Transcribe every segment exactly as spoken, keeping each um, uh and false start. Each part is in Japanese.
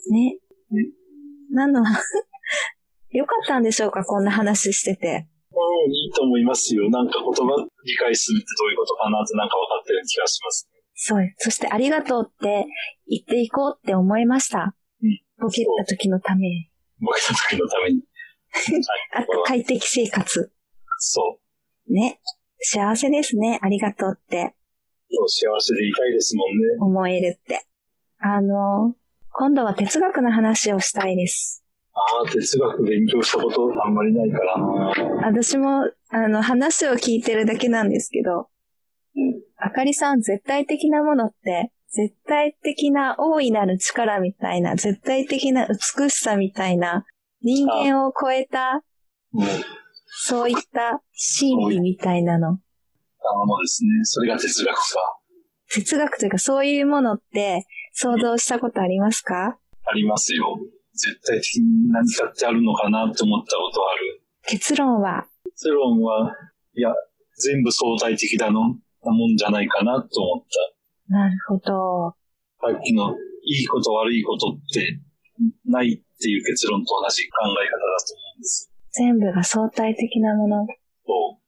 ね。 ね何のよかったんでしょうか、こんな話してて。 うん、いいと思いますよ。なんか言葉理解するってどういうことかなってなんか分かってる気がしますね。 そう。そしてありがとうって言っていこうって思いました。 うん。 ボケた時のために。 ボケた時のために。 あと快適生活。 そう。 ね。幸せですね。ありがとうって。 そう、幸せでいたいですもんね。 思えるって。あの、今度は哲学の話をしたいです。 ああ、哲学勉強したことあんまりないからな。 私も、あの、話を聞いてるだけなんですけど、 うん、 あかりさん、絶対的なものって、絶対的な大いなる力みたいな、絶対的な美しさみたいな、人間を超えた、 うん、 そういった真理みたいなの。 あのですね、それが哲学か。 哲学というか、そういうものって想像したことありますか？ ありますよ。絶対的に何かってあるのかなって思ったことある。 結論は結論は、いや、全部相対的だの、なもんじゃないかなと思った。 なるほど。 さっきのいいこと悪いことってないっていう結論と同じ考え方だと思うんです。 全部が相対的なもの。 そう。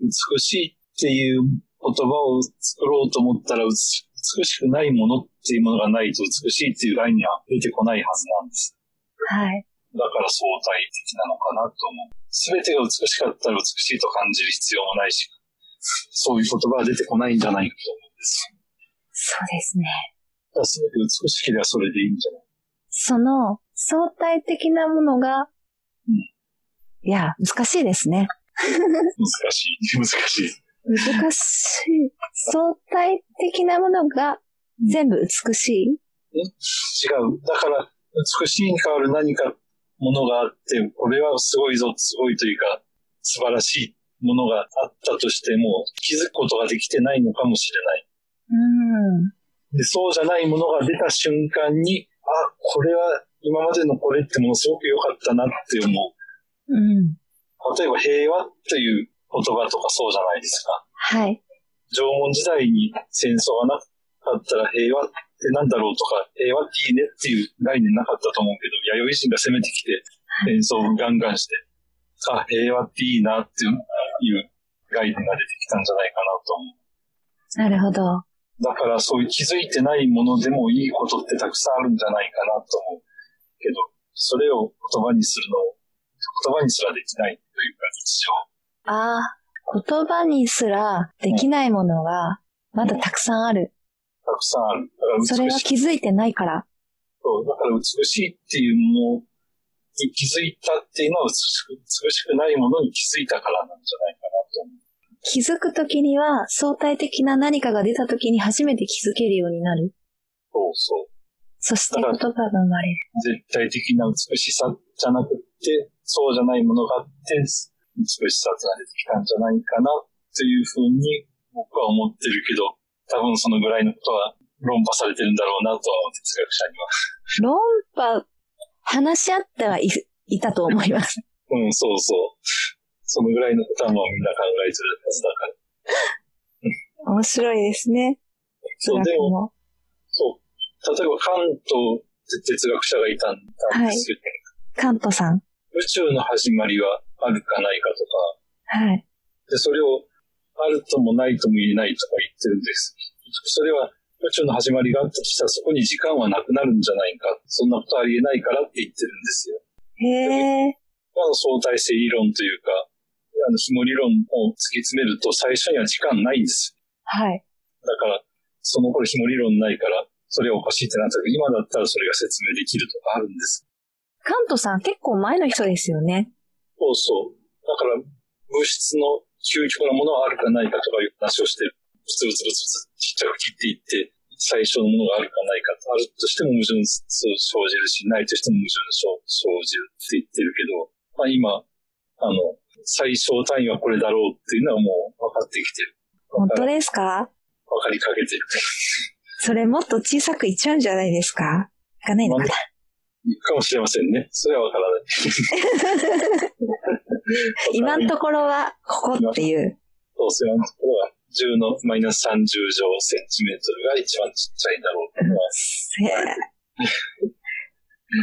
美しいっていう言葉を作ろうと思ったら、美しくないものっていうものがないと美しいっていう概念は出てこないはずなんです。 はい。 だから相対的なのかなと思う。すべてが美しかったら美しいと感じる必要もないし、そういう言葉は出てこないんじゃないかと思うんです。 そうですね。 すべて美しければそれでいいんじゃない。 その相対的なものが、 うん、 いや、難しいですね。 難しい。難しい。 難しい。相対的なものが全部美しい？ うん、違う。だから、美しいに変わる何かものがあって、これはすごいぞ、すごいというか、素晴らしいものがあったとしても、気づくことができてないのかもしれない。 うん。 で、そうじゃないものが出た瞬間に、あ、これは今までのこれってものすごく良かったなって思う。 うん。 例えば平和という言葉とかそうじゃないですか。 はい。 縄文時代に戦争がなかったら平和ってなんだろうとか、平和っていいねっていう概念なかったと思うけど、弥生人が攻めてきて戦争をガンガンして、あ、平和っていいなっていう概念が出てきたんじゃないかなと思う。 なるほど。 だからそういう気づいてないものでもいいことってたくさんあるんじゃないかなと思うけど、それを言葉にするのを言葉にすらできないというか日常。 ああ、言葉にすらできないものがまだたくさんある。 たくさんある。だから美しい。 それは気づいてないから。 そう、だから美しいっていうものに気づいたっていうのは美しく、美しくないものに気づいたからなんじゃないかなと思う。 気づくときには相対的な何かが出たときに初めて気づけるようになる。 そうそう。 そして言葉が生まれる。 絶対的な美しさじゃなくて、そうじゃないものがあって、美しさが出てきたんじゃないかなっていうふうに僕は思ってるけど、多分そのぐらいのことは論破されてるんだろうなとは哲学者には。 論破、話し合ってはい、いたと思います。 うん、そうそう。そのぐらいのことはもうみんな考えてるはずだから。 面白いですね。 そう、でも、そう。例えばカント哲学者がいたんですけど、 はい、カントさん。 宇宙の始まりはあるかないかとか、はい。 で、それをあるともないとも言えないとか言ってるんです。それは宇宙の始まりがあったとしたらそこに時間はなくなるんじゃないか。そんなことありえないからって言ってるんですよ。 へー。 あの相対性理論というか、あの紐理論を突き詰めると最初には時間ないんです。 はい。 だから、その頃紐理論ないから、それはおかしいってなったけど、今だったらそれが説明できるとかあるんです。 カントさん結構前の人ですよね。 そうそう。だから、物質の究極なものはあるかないかとかいう話をしてる。ブツブツブツブツちっちゃく切っていって、最初のものがあるかないかと、あるとしても矛盾生じるし、ないとしても矛盾生じるって言ってるけど、まあ今、あの、最小単位はこれだろうっていうのはもう分かってきてる。 本当ですか？ 分かりかけてる。 それもっと小さくいっちゃうんじゃないですか？いかないのかな？ かもしれませんね。それは分からない。 今のところは、ここっていう。 そうですよ。今のところは、じゅうのマイナスさんじゅう乗センチメートルが一番ちっちゃいだろうと思います。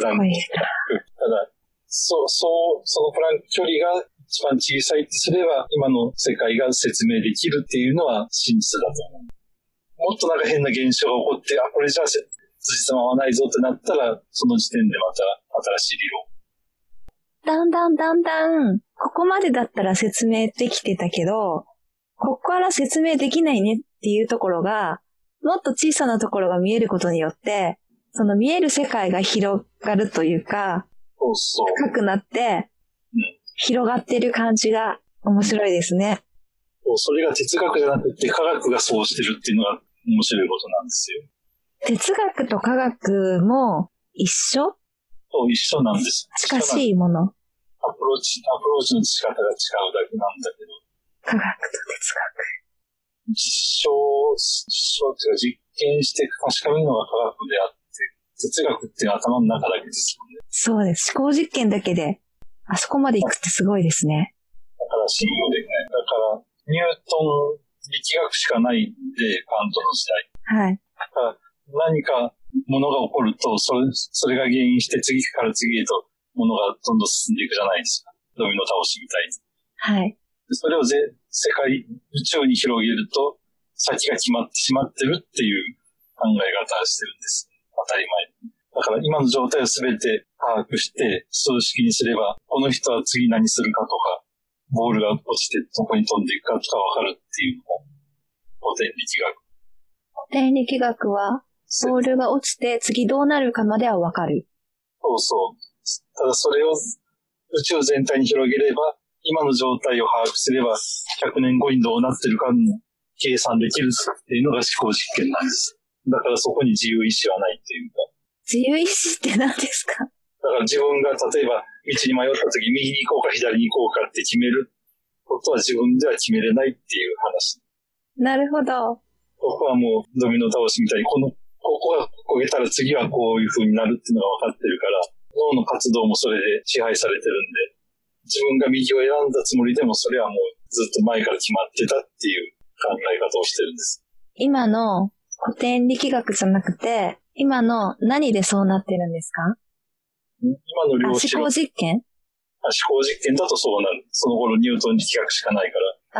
ランク。ただ、そう、そう、そのプランク距離が一番小さいとすれば、今の世界が説明できるっていうのは真実だと思う。もっとなんか変な現象が起こって、あ、これじゃあ辻褄合わないぞってなったら、その時点でまた新しい理論。 だんだんだんだん、ここまでだったら説明できてたけど、ここから説明できないねっていうところが、もっと小さなところが見えることによって、その見える世界が広がるというか、 そうそう深くなって、 うん、 広がってる感じが面白いですね。 それが哲学じゃなくて科学がそうしてるっていうのが面白いことなんですよ。 哲学と科学も一緒？ そう、一緒なんです。 近しいもの。 アプローチ、アプローチの仕方が違うだけなんだけど。 科学と哲学。 実証、実証っていうか実験して確かめるのが科学であって、哲学っていうのは頭の中だけですよね。 そうです。思考実験だけで、あそこまで行くってすごいですね。 だから信用できない。だから、ニュートン力学しかないんで、カントの時代。はい。 だから何かものが起こると、それ、それが原因して次から次へとものがどんどん進んでいくじゃないですか。ドミノ倒しみたいに。 はい。 それをぜ世界、宇宙に広げると、先が決まってしまってるっていう考え方をしてるんです。当たり前。だから今の状態をすべて把握して、数式にすれば、この人は次何するかとか、ボールが落ちてどこに飛んでいくかとかわかるっていうのも、古典力学。 古典力学は、ボールが落ちて次どうなるかまではわかる。 そうそう。ただそれを宇宙全体に広げれば、今の状態を把握すれば、ひゃくねんごにどうなってるかも計算できるっていうのが思考実験なんです。だからそこに自由意志はないっていうか。 自由意志って何ですか？ だから自分が例えば道に迷った時、右に行こうか左に行こうかって決めることは自分では決めれないっていう話。 なるほど。 ここはもうドミノ倒しみたいに、この、ここが焦げたら次はこういう風になるっていうのが分かってるから、脳の活動もそれで支配されてるんで、自分が右を選んだつもりでもそれはもうずっと前から決まってたっていう考え方をしてるんです。 今の古典力学じゃなくて、今の何でそうなってるんですか？ 今の量子。 思考実験？ 思考実験だとそうなる。その頃ニュートン力学しかないから、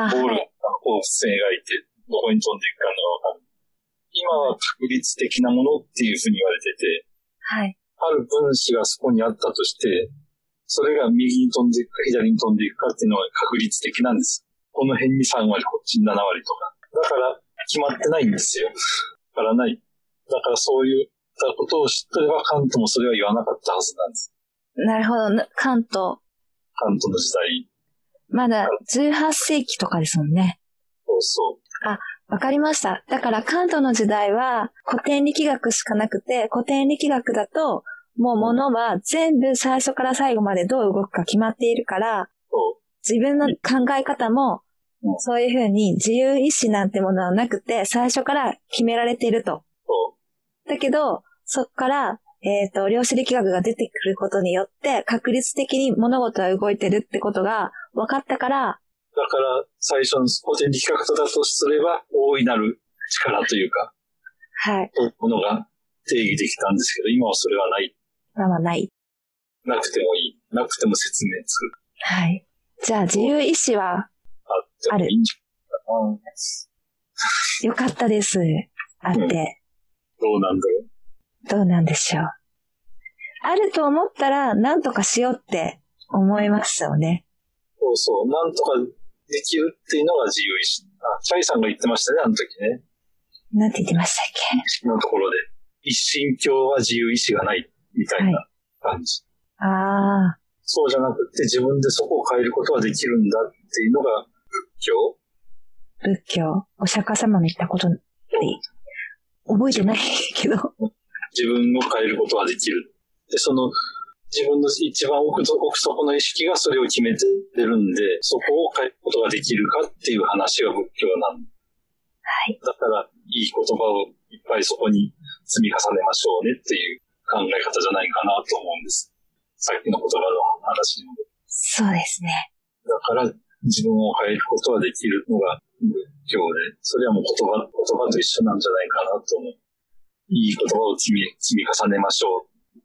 ボールが放物線描いてどこに飛んでいくかがわかる。今は確率的なものっていうふうに言われてて、 はい。 ある分子がそこにあったとして、それが右に飛んでいくか左に飛んでいくかっていうのは確率的なんです。この辺にさんわり、こっちにななわりとか。だから決まってないんですよ。だからない。だからそういったことを知ってればカントもそれは言わなかったはずなんです。 なるほど。カント。 カントの時代。 まだじゅうはっせいきとかですもんね。 そうそう。 あ、わかりました。だからカントの時代は古典力学しかなくて、古典力学だともう物は全部最初から最後までどう動くか決まっているから、自分の考え方もそういうふうに自由意志なんてものはなくて、最初から決められていると。だけど、そこから、えっと、量子力学が出てくることによって、確率的に物事は動いてるってことが分かったから、 だから、最初の古典力学だとすれば、大いなる力というか、 はい。 ものが定義できたんですけど、今はそれはない。 今はない。 なくてもいい。なくても説明つく。 はい。じゃあ、自由意志は、ある。 いいんじゃないかな。 よかったです。あって、うん。どうなんだろう。 どうなんでしょう。あると思ったら、なんとかしようって思いますよね。 そうそう。なんとかできるっていうのが自由意志。あ、チャイさんが言ってましたね、あの時ね。 なんて言ってましたっけ？ のところで。一神教は自由意志がない、みたいな感じ。 はい、ああ。 そうじゃなくて、自分でそこを変えることができるんだっていうのが仏教。 仏教。お釈迦様の言ったことで、覚えてないけど。 自分を変えることができる。で、その、自分の一番奥底の意識がそれを決めてるんで、そこを変えることができるかっていう話が仏教なんで。 はい。 だから、いい言葉をいっぱいそこに積み重ねましょうねっていう考え方じゃないかなと思うんです。さっきの言葉の話にも。 そうですね。 だから、自分を変えることができるのが仏教で、それはもう言葉、言葉と一緒なんじゃないかなと思う。いい言葉を積み、積み重ねましょう。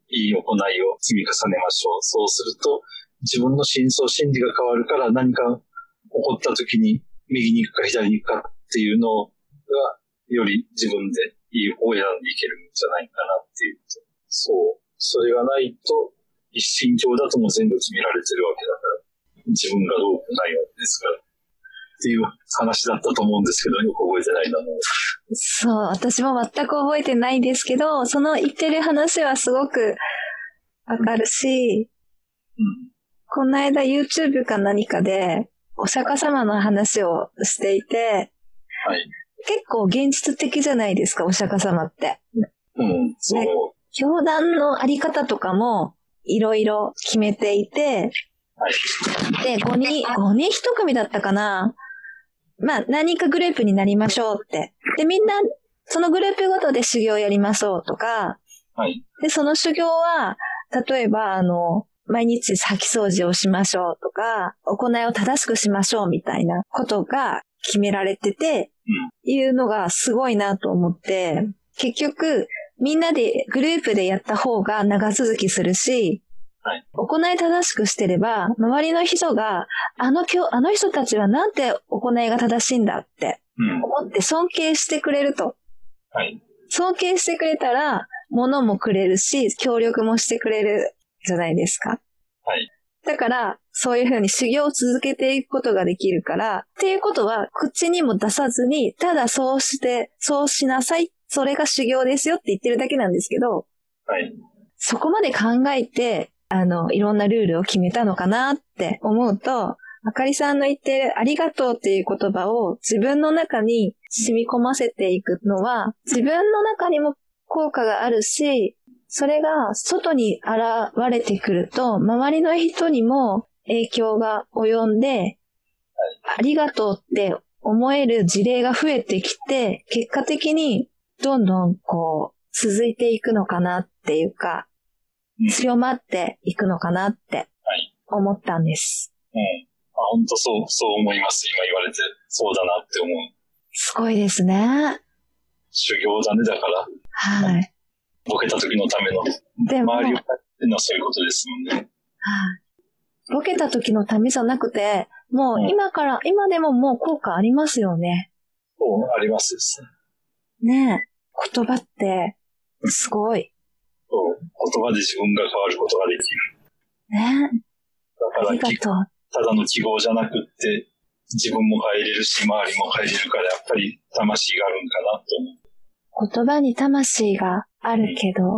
いい行いを積み重ねましょう。そうすると、自分の深層心理が変わるから、何か起こった時に右に行くか左に行くかっていうのが、より自分でいい方を選んでいけるんじゃないかなっていう。そう。それがないと、一神教だとも全部決められてるわけだから、自分がどうこうないわけですから。っていう話だったと思うんですけど、よく覚えてないな。 そう、私も全く覚えてないんですけど、その言ってる話はすごくわかるし、うん、この間 YouTube か何かでお釈迦様の話をしていて、はい、結構現実的じゃないですか、お釈迦様って。 うん、そう。 教団のあり方とかもいろいろ決めていて、はい、で、ごにん、ごにん一組だったかな。まあ、何かグループになりましょうって。で、みんな、そのグループごとで修行やりましょうとか、はい。で、その修行は、例えば、あの、毎日掃き掃除をしましょうとか、行いを正しくしましょうみたいなことが決められてて、うん、いうのがすごいなと思って、結局、みんなでグループでやった方が長続きするし、はい、行い正しくしてれば、周りの人が、あの今日、あの人たちはなんて行いが正しいんだって思って尊敬してくれると。はい、尊敬してくれたら、物もくれるし、協力もしてくれるじゃないですか。はい、だから、そういうふうに修行を続けていくことができるから、っていうことは、口にも出さずに、ただそうして、そうしなさい、それが修行ですよって言ってるだけなんですけど、はい、そこまで考えて、あの、いろんなルールを決めたのかなって思うと、あかりさんの言ってるありがとうっていう言葉を自分の中に染み込ませていくのは、自分の中にも効果があるし、それが外に現れてくると、周りの人にも影響が及んで、ありがとうって思える事例が増えてきて、結果的にどんどんこう続いていくのかなっていうか、強まっていくのかなって思ったんです。 うん。あ、本当そう、そう思います。今言われて、そうだなって思う。 すごいですね。 修行だね、だから。はい。ボケた時のための。でも。周りを変えるのはそういうことですもんね。 はい。ボケた時のためじゃなくて、もう今から、うん、今でももう効果ありますよね。 そう、ありますですね。ねえ。言葉って、すごい。 そう、言葉で自分が変わることができる。 ね。 だから、ありがとう。ただの記号じゃなくって、自分も変えれるし、周りも変えれるから、やっぱり魂があるんかなと思う。 言葉に魂があるけど、うん、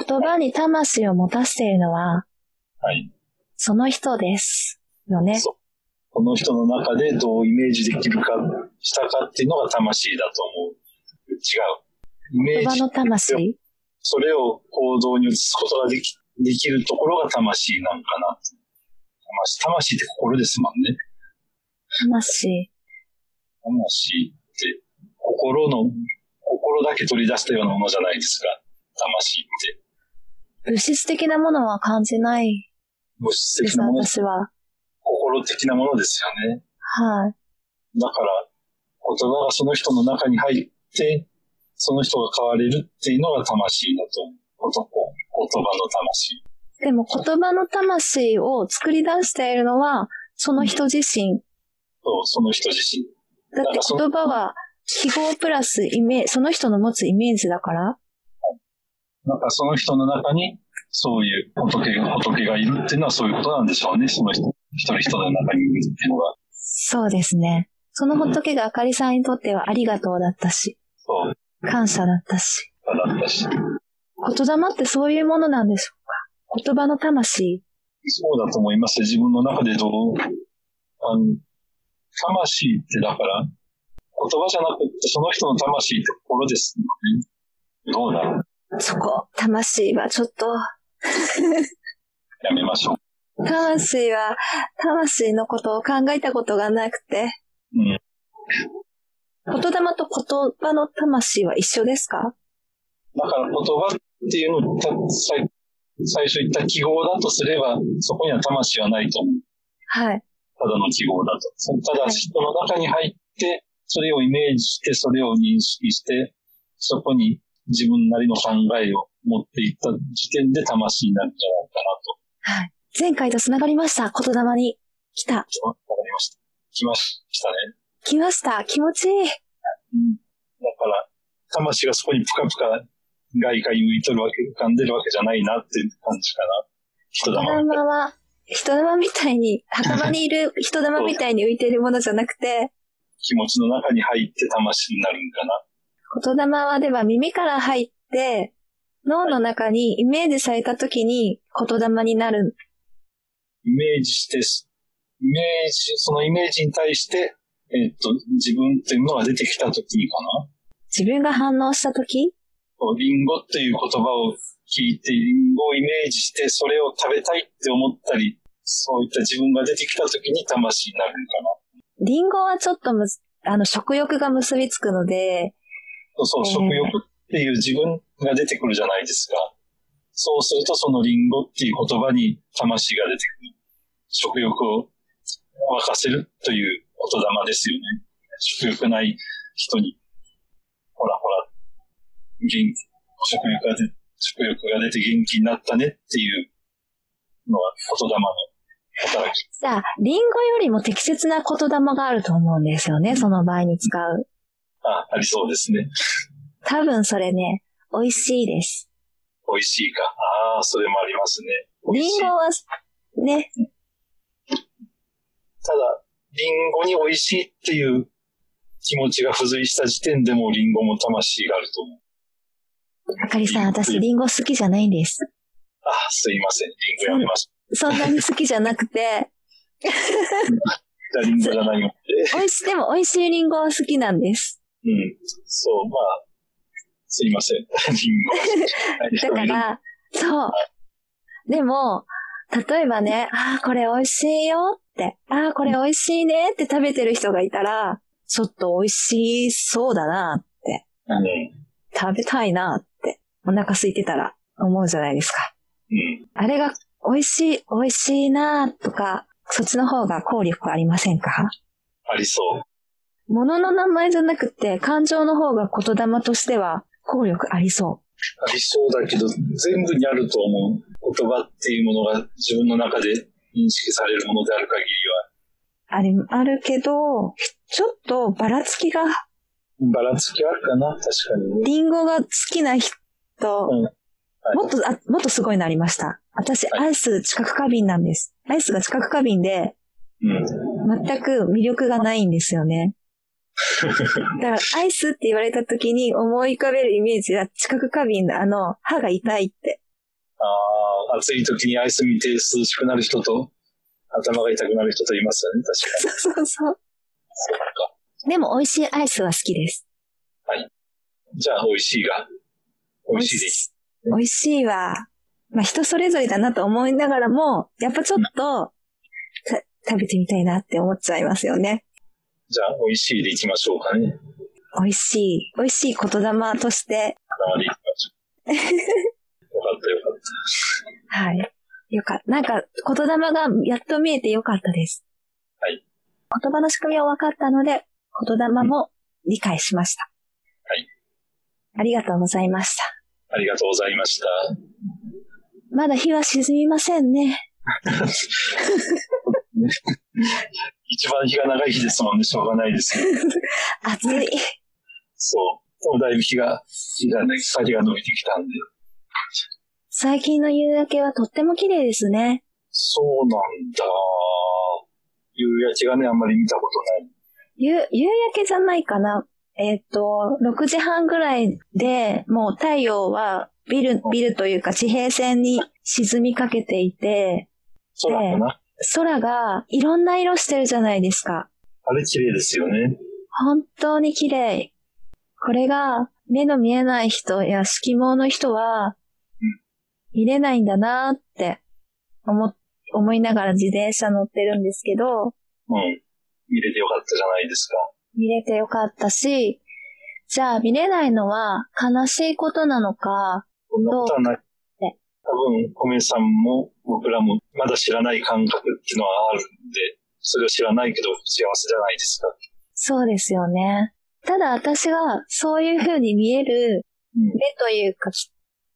言葉に魂を持たせているのは、はい。その人ですよね。そう。 この人の中でどうイメージできるか、したかっていうのが魂だと思う。違う。 イメージ。言葉の魂？ それを行動に移すことができ、できるところが魂なんかな。魂、魂って心ですもんね。 魂。 魂って心の、心だけ取り出したようなものじゃないですか。魂って。 物質的なものは感じない。 物質的なもの。 私は。 心的なものですよね。 はい。 だから、言葉がその人の中に入って、その人が変われるっていうのが魂だと思う。言葉の魂。 でも言葉の魂を作り出しているのは、その人自身。 そう、その人自身。 だって言葉は記号プラスイメージ、その人の持つイメージだから。 なんかその人の中にそういう仏が、仏がいるっていうのはそういうことなんでしょうね。その人、一人一人の中にいるっていうのが。 そうですね。その仏があかりさんにとってはありがとうだったし。 そう。 感謝だったし。 だったし。 言霊ってそういうものなんでしょうか。言葉の魂。 そうだと思います。自分の中でどう、あの、魂ってだから、言葉じゃなくてその人の魂って心ですね。どうだろう。 そこ、魂はちょっと。 やめましょう。魂は、魂のことを考えたことがなくて。うん。言霊と言葉の魂は一緒ですか？ だから言葉っていうのを最最初言った記号だとすれば、そこには魂はないと思う。 はい。 ただの記号だと。ただ人の中に入って、それをイメージして、それを認識して、そこに自分なりの考えを持っていった時点で魂になるんじゃないかなと。 はい。前回と繋がりました。言霊に来た。 わかりました。来ましたね。 来ました。気持ちいい。うん、だから、魂がそこにぷかぷか外界に浮いとるわけ、浮かんでるわけじゃないなっていう感じかな。人玉。 人玉は、人玉みたいに、墓場にいる人玉みたいに浮いてるものじゃなくて、 気持ちの中に入って魂になるんかな。 言霊はでは耳から入って、脳の中にイメージされたときに言霊になる。 イメージして、イメージ、そのイメージに対して、えっと、自分っていうのが出てきたときにかな。 自分が反応したとき？ リンゴっていう言葉を聞いて、リンゴをイメージして、それを食べたいって思ったり、そういった自分が出てきたときに魂になるのかな。リンゴはちょっとむあの食欲が結びつくので、 そうそう、えー、食欲っていう自分が出てくるじゃないですか。そうするとそのリンゴっていう言葉に魂が出てくる。食欲を沸かせるという言霊ですよね。食欲ない人に、ほらほら、元気、食欲が出、食欲が出て元気になったねっていうのは言霊の働き。 じゃあ、リンゴよりも適切な言霊があると思うんですよね、その場合に使う。 あ、ありそうですね。 多分それね、美味しいです。 美味しいか。ああ、それもありますね。 リンゴは、ね。 ただ、リンゴに美味しいっていう気持ちが付随した時点でもリンゴも魂があると思う。 あかりさん、私リンゴ好きじゃないんです。 あ、すいません。リンゴやめました。 そんなに好きじゃなくて。 じゃあリンゴじゃないよ。 美味しい、でも美味しいリンゴは好きなんです。 うん。そう、まあ、すいません。リンゴ。だから、そう。でも、例えばね、ああ、これ美味しいよって、ああ、これ美味しいねって食べてる人がいたら、ちょっと美味しそうだなって、 うん、 食べたいなって、お腹空いてたら思うじゃないですか。 うん、 あれが美味しい、美味しいなとか、そっちの方が効力ありませんか？ ありそう。 物の名前じゃなくて、感情の方が言霊としては効力ありそう。 ありそうだけど、全部にあると思う。言葉っていうものが自分の中で認識されるものである限りは。あれ、あるけど、ちょっとばらつきが。 ばらつきあるかな、確かに、ね。 リンゴが好きな人、 うんはい、 もっと、あ、もっとすごいのありました。私、はい、アイス知覚過敏なんです。アイスが知覚過敏で、うん、全く魅力がないんですよね。だから、アイスって言われた時に思い浮かべるイメージが知覚過敏のあの、歯が痛いって。 ああ、暑い時にアイス見て涼しくなる人と、頭が痛くなる人といますよね、確かに。 そうそうそう。 そうか。 でも、美味しいアイスは好きです。 はい。じゃあ、美味しいが、美味しいです。 美味しいは、まあ、人それぞれだなと思いながらも、やっぱちょっと、うん、食べてみたいなって思っちゃいますよね。 じゃあ、美味しいでいきましょうかね。 美味しい、美味しい言霊として。 言霊でいきましょう。よかったよかった。 はい。よかった。なんか、言霊がやっと見えてよかったです。 はい。 言葉の仕組みは分かったので、言霊も理解しました。 はい。 ありがとうございました。 ありがとうございました。 まだ日は沈みませんね。 一番日が長い日ですもんね、しょうがないですよ。 暑い。 そう。でもだいぶ日が、日がね、光が伸びてきたんで。 最近の夕焼けはとっても綺麗ですね。 そうなんだ。夕焼けがね、あんまり見たことない。 夕、夕焼けじゃないかな。えっと、ろくじはんぐらいで、もう太陽はビル、ビルというか地平線に沈みかけていて、 空かな？ 空がいろんな色してるじゃないですか。 あれ綺麗ですよね。 本当に綺麗。これが目の見えない人や色盲の人は見れないんだなって思、思いながら自転車乗ってるんですけど。 うん。見れてよかったじゃないですか。 見れてよかったし、じゃあ見れないのは悲しいことなのか。 そんなことはない。多分、コメさんも僕らもまだ知らない感覚っていうのはあるんで、それを知らないけど幸せじゃないですか。 そうですよね。ただ私がそういう風に見える目というか、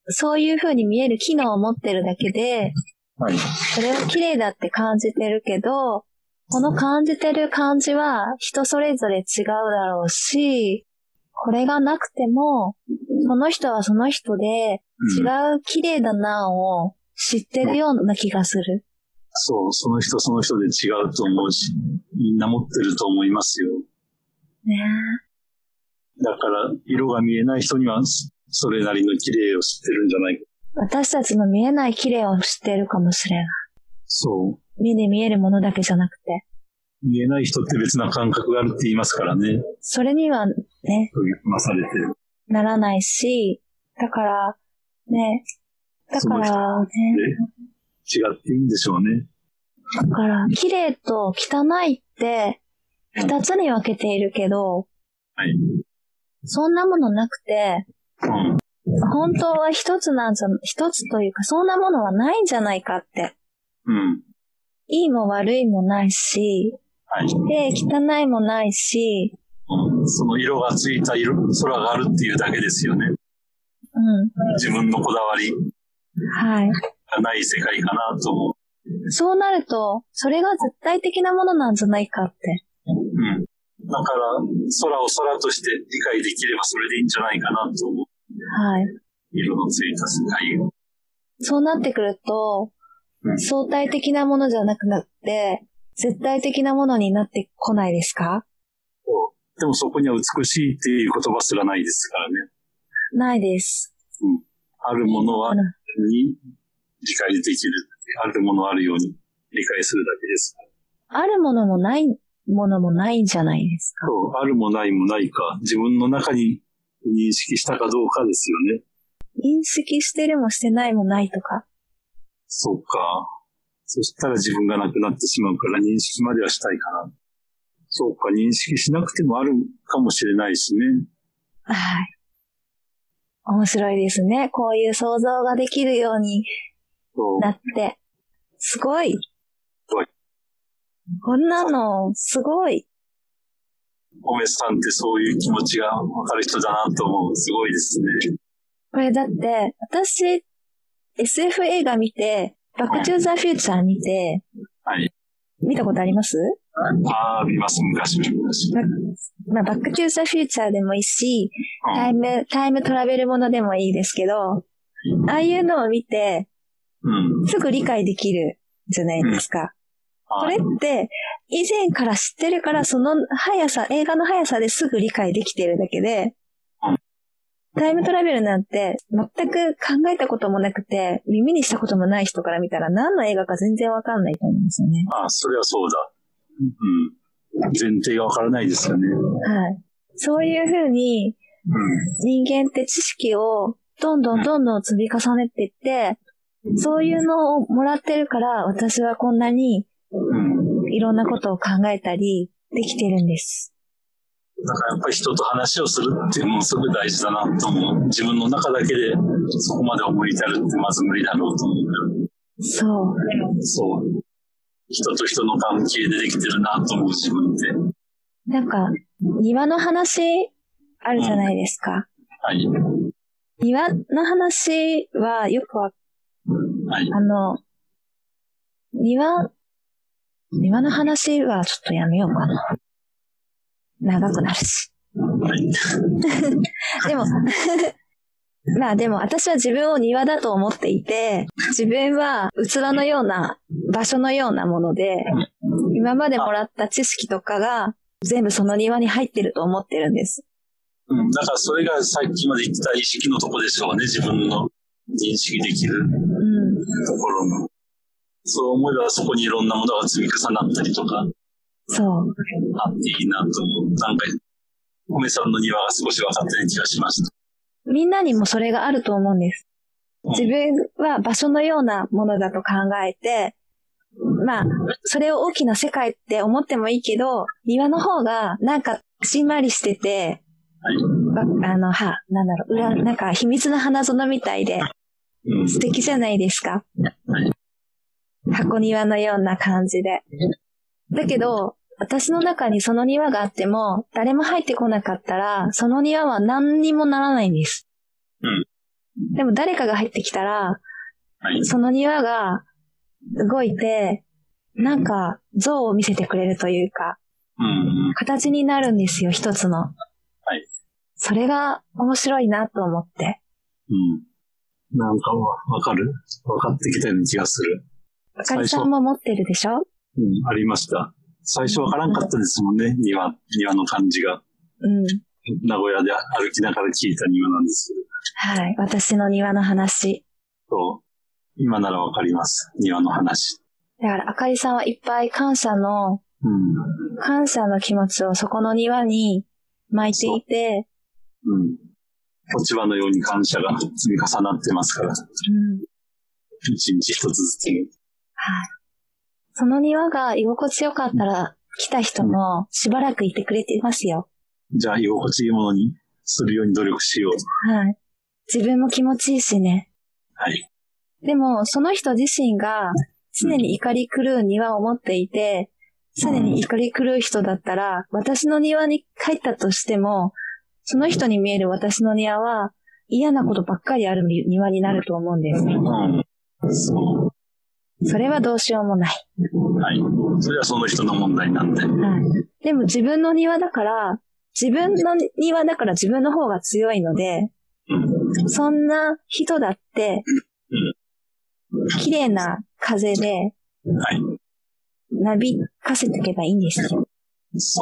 そういう風に見える機能を持ってるだけで、 はい。 それを綺麗だって感じてるけど、この感じてる感じは人それぞれ違うだろうし、これがなくても、その人はその人で違う綺麗だなを知ってるような気がする。 そう、その人その人で違うと思うし、みんな持ってると思いますよ。 ねえ。だから、色が見えない人には、それなりの綺麗を知ってるんじゃないか。 私たちの見えない綺麗を知ってるかもしれない。 そう。 目で見えるものだけじゃなくて。 見えない人って別な感覚があるって言いますからね。 それにはね、 まされてる。 ならないし、だから、ね、だからね。 違っていいんでしょうね。 だから、綺麗と汚いって、二つに分けているけど、 はい。 そんなものなくて、 うん、 本当は一つなんじゃ、一つというか、そんなものはないんじゃないかって。 うん。 いいも悪いもないし、 はい。 で、汚いもないし、 うん、その色がついた色、空があるっていうだけですよね。 うん。 自分のこだわり。 はい。 がない世界かなと思う。 そうなると、それが絶対的なものなんじゃないかって。 うん。だから、空を空として理解できればそれでいいんじゃないかなと思う。 はい。 色のついた世界を。 そうなってくると、うん、相対的なものじゃなくなって、絶対的なものになってこないですか？ そう。でもそこには美しいっていう言葉すらないですからね。 ないです。 うん。あるものは、に理解できる。あるものあるように理解するだけです。 あるものもないものもないんじゃないですか。 そう、あるもないもないか、自分の中に認識したかどうかですよね。 認識してるもしてないもないとか。 そうか。そしたら自分がなくなってしまうから認識まではしたいかな。そうか、認識しなくてもあるかもしれないしね。 はい。面白いですね。こういう想像ができるようになって。すごい。 すごい。 こんなの、すごい。 おめさんってそういう気持ちがわかる人だなと思う。すごいですね。 これだって、私、エスエフ 映画見て、バックトゥーザフューチャー見て、 はい。 見たことあります？ ああ、見ます、昔、昔。 まあ、バックトゥーザフューチャーでもいいし、うん、タイム、タイムトラベルものでもいいですけど、ああいうのを見て、うん、すぐ理解できるじゃないですか。うん、これって、以前から知ってるから、その速さ、映画の速さですぐ理解できてるだけで、うん、タイムトラベルなんて全く考えたこともなくて、耳にしたこともない人から見たら何の映画か全然わかんないと思うんですよね。 ああ、それはそうだ。うん。前提がわからないですよね。 はい。そういうふうに、人間って知識をどんどんどんどん積み重ねていって、そういうのをもらってるから、私はこんなにいろんなことを考えたりできてるんです。 だからやっぱり人と話をするっていうのもすごく大事だなと思う。自分の中だけでそこまで思い至るってまず無理だろうと思う。 そう。 そう。人と人の関係でできてるなと思う自分って。 なんか、庭の話あるじゃないですか。うん、 はい。 庭の話はよくわ、はい、あの、庭、庭の話はちょっとやめようかな。長くなるし。 はい、 でも、まあでも私は自分を庭だと思っていて、自分は器のような場所のようなもので、今までもらった知識とかが全部その庭に入ってると思ってるんです。 うん、だからそれがさっきまで言ってた意識のとこでしょうね、自分の認識できるところの。うん、そう思えばそこにいろんなものが積み重なったりとか、 そう。 あっていいなと思う。なんか、おめさんの庭が少し分かったような気がしました。 みんなにもそれがあると思うんです。自分は場所のようなものだと考えて、まあ、それを大きな世界って思ってもいいけど、庭の方がなんかしんまりしてて、はい、あの、は、なんだろう、裏、なんか秘密の花園みたいで、素敵じゃないですか。はい、箱庭のような感じで。だけど、私の中にその庭があっても、誰も入ってこなかったら、その庭は何にもならないんです。 うん。 でも誰かが入ってきたら、 はい、 その庭が動いて、なんか像を見せてくれるというか、 うんうん、 形になるんですよ、一つの。 はい。 それが面白いなと思って。 うん。なんかわかる？わかってきたような気がする。 あかりさんも持ってるでしょ？ うん、ありました。最初わからんかったですもんね、庭、庭の感じが。 うん。 名古屋で歩きながら聞いた庭なんですけど。はい、私の庭の話。 そう。今ならわかります、庭の話。 だから、あかりさんはいっぱい感謝の、うん、感謝の気持ちをそこの庭に巻いていて、 うん。落ち葉のように感謝が積み重なってますから。うん。一日一つずつ。はい。 その庭が居心地よかったら、来た人もしばらくいてくれてますよ。 じゃあ、居心地いいものにするように努力しよう。 はい。自分も気持ちいいしね。 はい。 でも、その人自身が常に怒り狂う庭を持っていて、常に怒り狂う人だったら、私の庭に帰ったとしても、その人に見える私の庭は嫌なことばっかりある庭になると思うんです。 うん。そう。 それはどうしようもない。 はい。それはその人の問題なんで。はい。 でも自分の庭だから、自分の庭だから自分の方が強いので、うん、そんな人だって、うん、綺麗な風で、はい。なびかせていけばいいんですよ。 そう。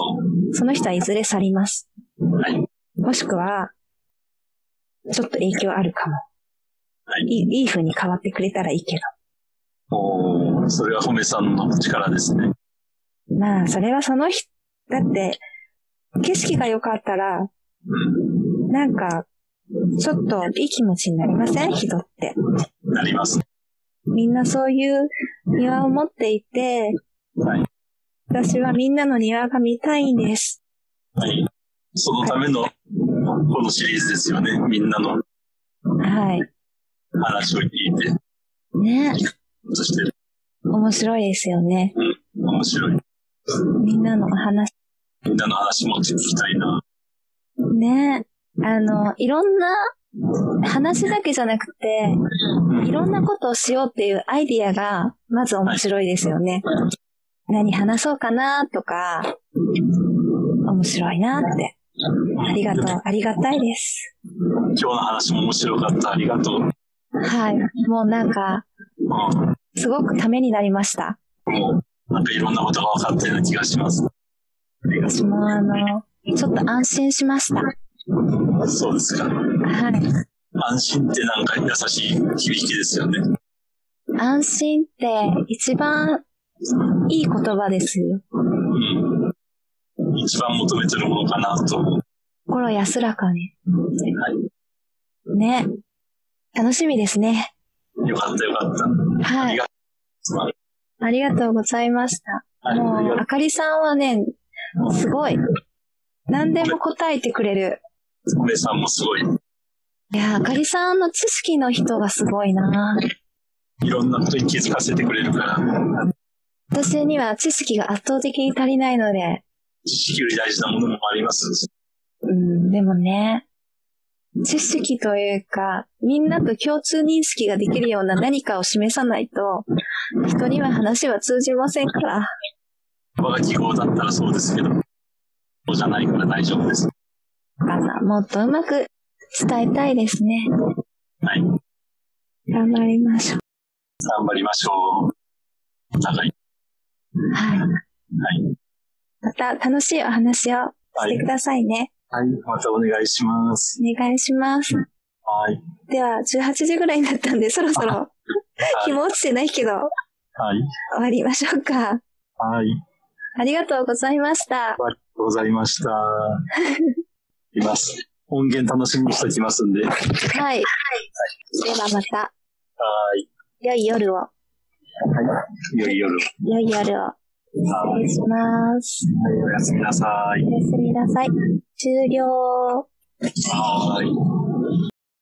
その人はいずれ去ります。 はい。 もしくは、ちょっと影響あるかも。はい。いい、いい風に変わってくれたらいいけど。おー、それは褒めさんの力ですね。 まあ、それはその人、だって、景色が良かったら、うん、なんか、ちょっといい気持ちになりません？人って。 なります。 みんなそういう庭を持っていて、はい。私はみんなの庭が見たいんです。 はい。そのための、このシリーズですよね。みんなの。 はい。 話を聞いて。 ね。 そして。 面白いですよね。 うん。面白い。 みんなの話。 みんなの話も聞きたいな。 ね。あの、いろんな話だけじゃなくて、いろんなことをしようっていうアイディアが、まず面白いですよね。はい、何話そうかなとか、面白いなって。ありがとう、ありがたいです。 今日の話も面白かった、ありがとう。 はい、もうなんか、すごくためになりました。 もう、なんかいろんなことが分かったような気がします。 私もあの、ちょっと安心しました。 そうですか。 はい。 安心ってなんか優しい響きですよね。 安心って一番いい言葉ですよ。 うん。一番求めてるものかなと。 心安らかに。 はい。 ね。楽しみですね。 よかったよかった。 はい。ありがとうございました。はい、もう、あかりさんはね、すごい。何でも答えてくれる。 おめさんもすごい。 いや、あかりさんの知識の人がすごいな。 いろんなことに気づかせてくれるから。 私には知識が圧倒的に足りないので。 知識より大事なものもあります。 うん、でもね、知識というか、みんなと共通認識ができるような何かを示さないと、人には話は通じませんから。 我が記号だったらそうですけど、そうじゃないから大丈夫です。 もっとうまく伝えたいですね。 はい。 頑張りましょう。 頑張りましょう。お互い。 はい。はい。また楽しいお話をしてくださいね。 はい。はい、またお願いします。 お願いします。 はい。 では、じゅうはちじぐらいになったんで、そろそろ、日も落ちてないけど、はい。終わりましょうか。 はい。 ありがとうございました。 ありがとうございました。います。音源楽しみにしておきますんで。はい。 はい。ではまた。 はい。 良い夜を。はい。 良い夜を。 良い夜を。失礼します。 はい、おやすみなさい。 おやすみなさい。終了。 はい。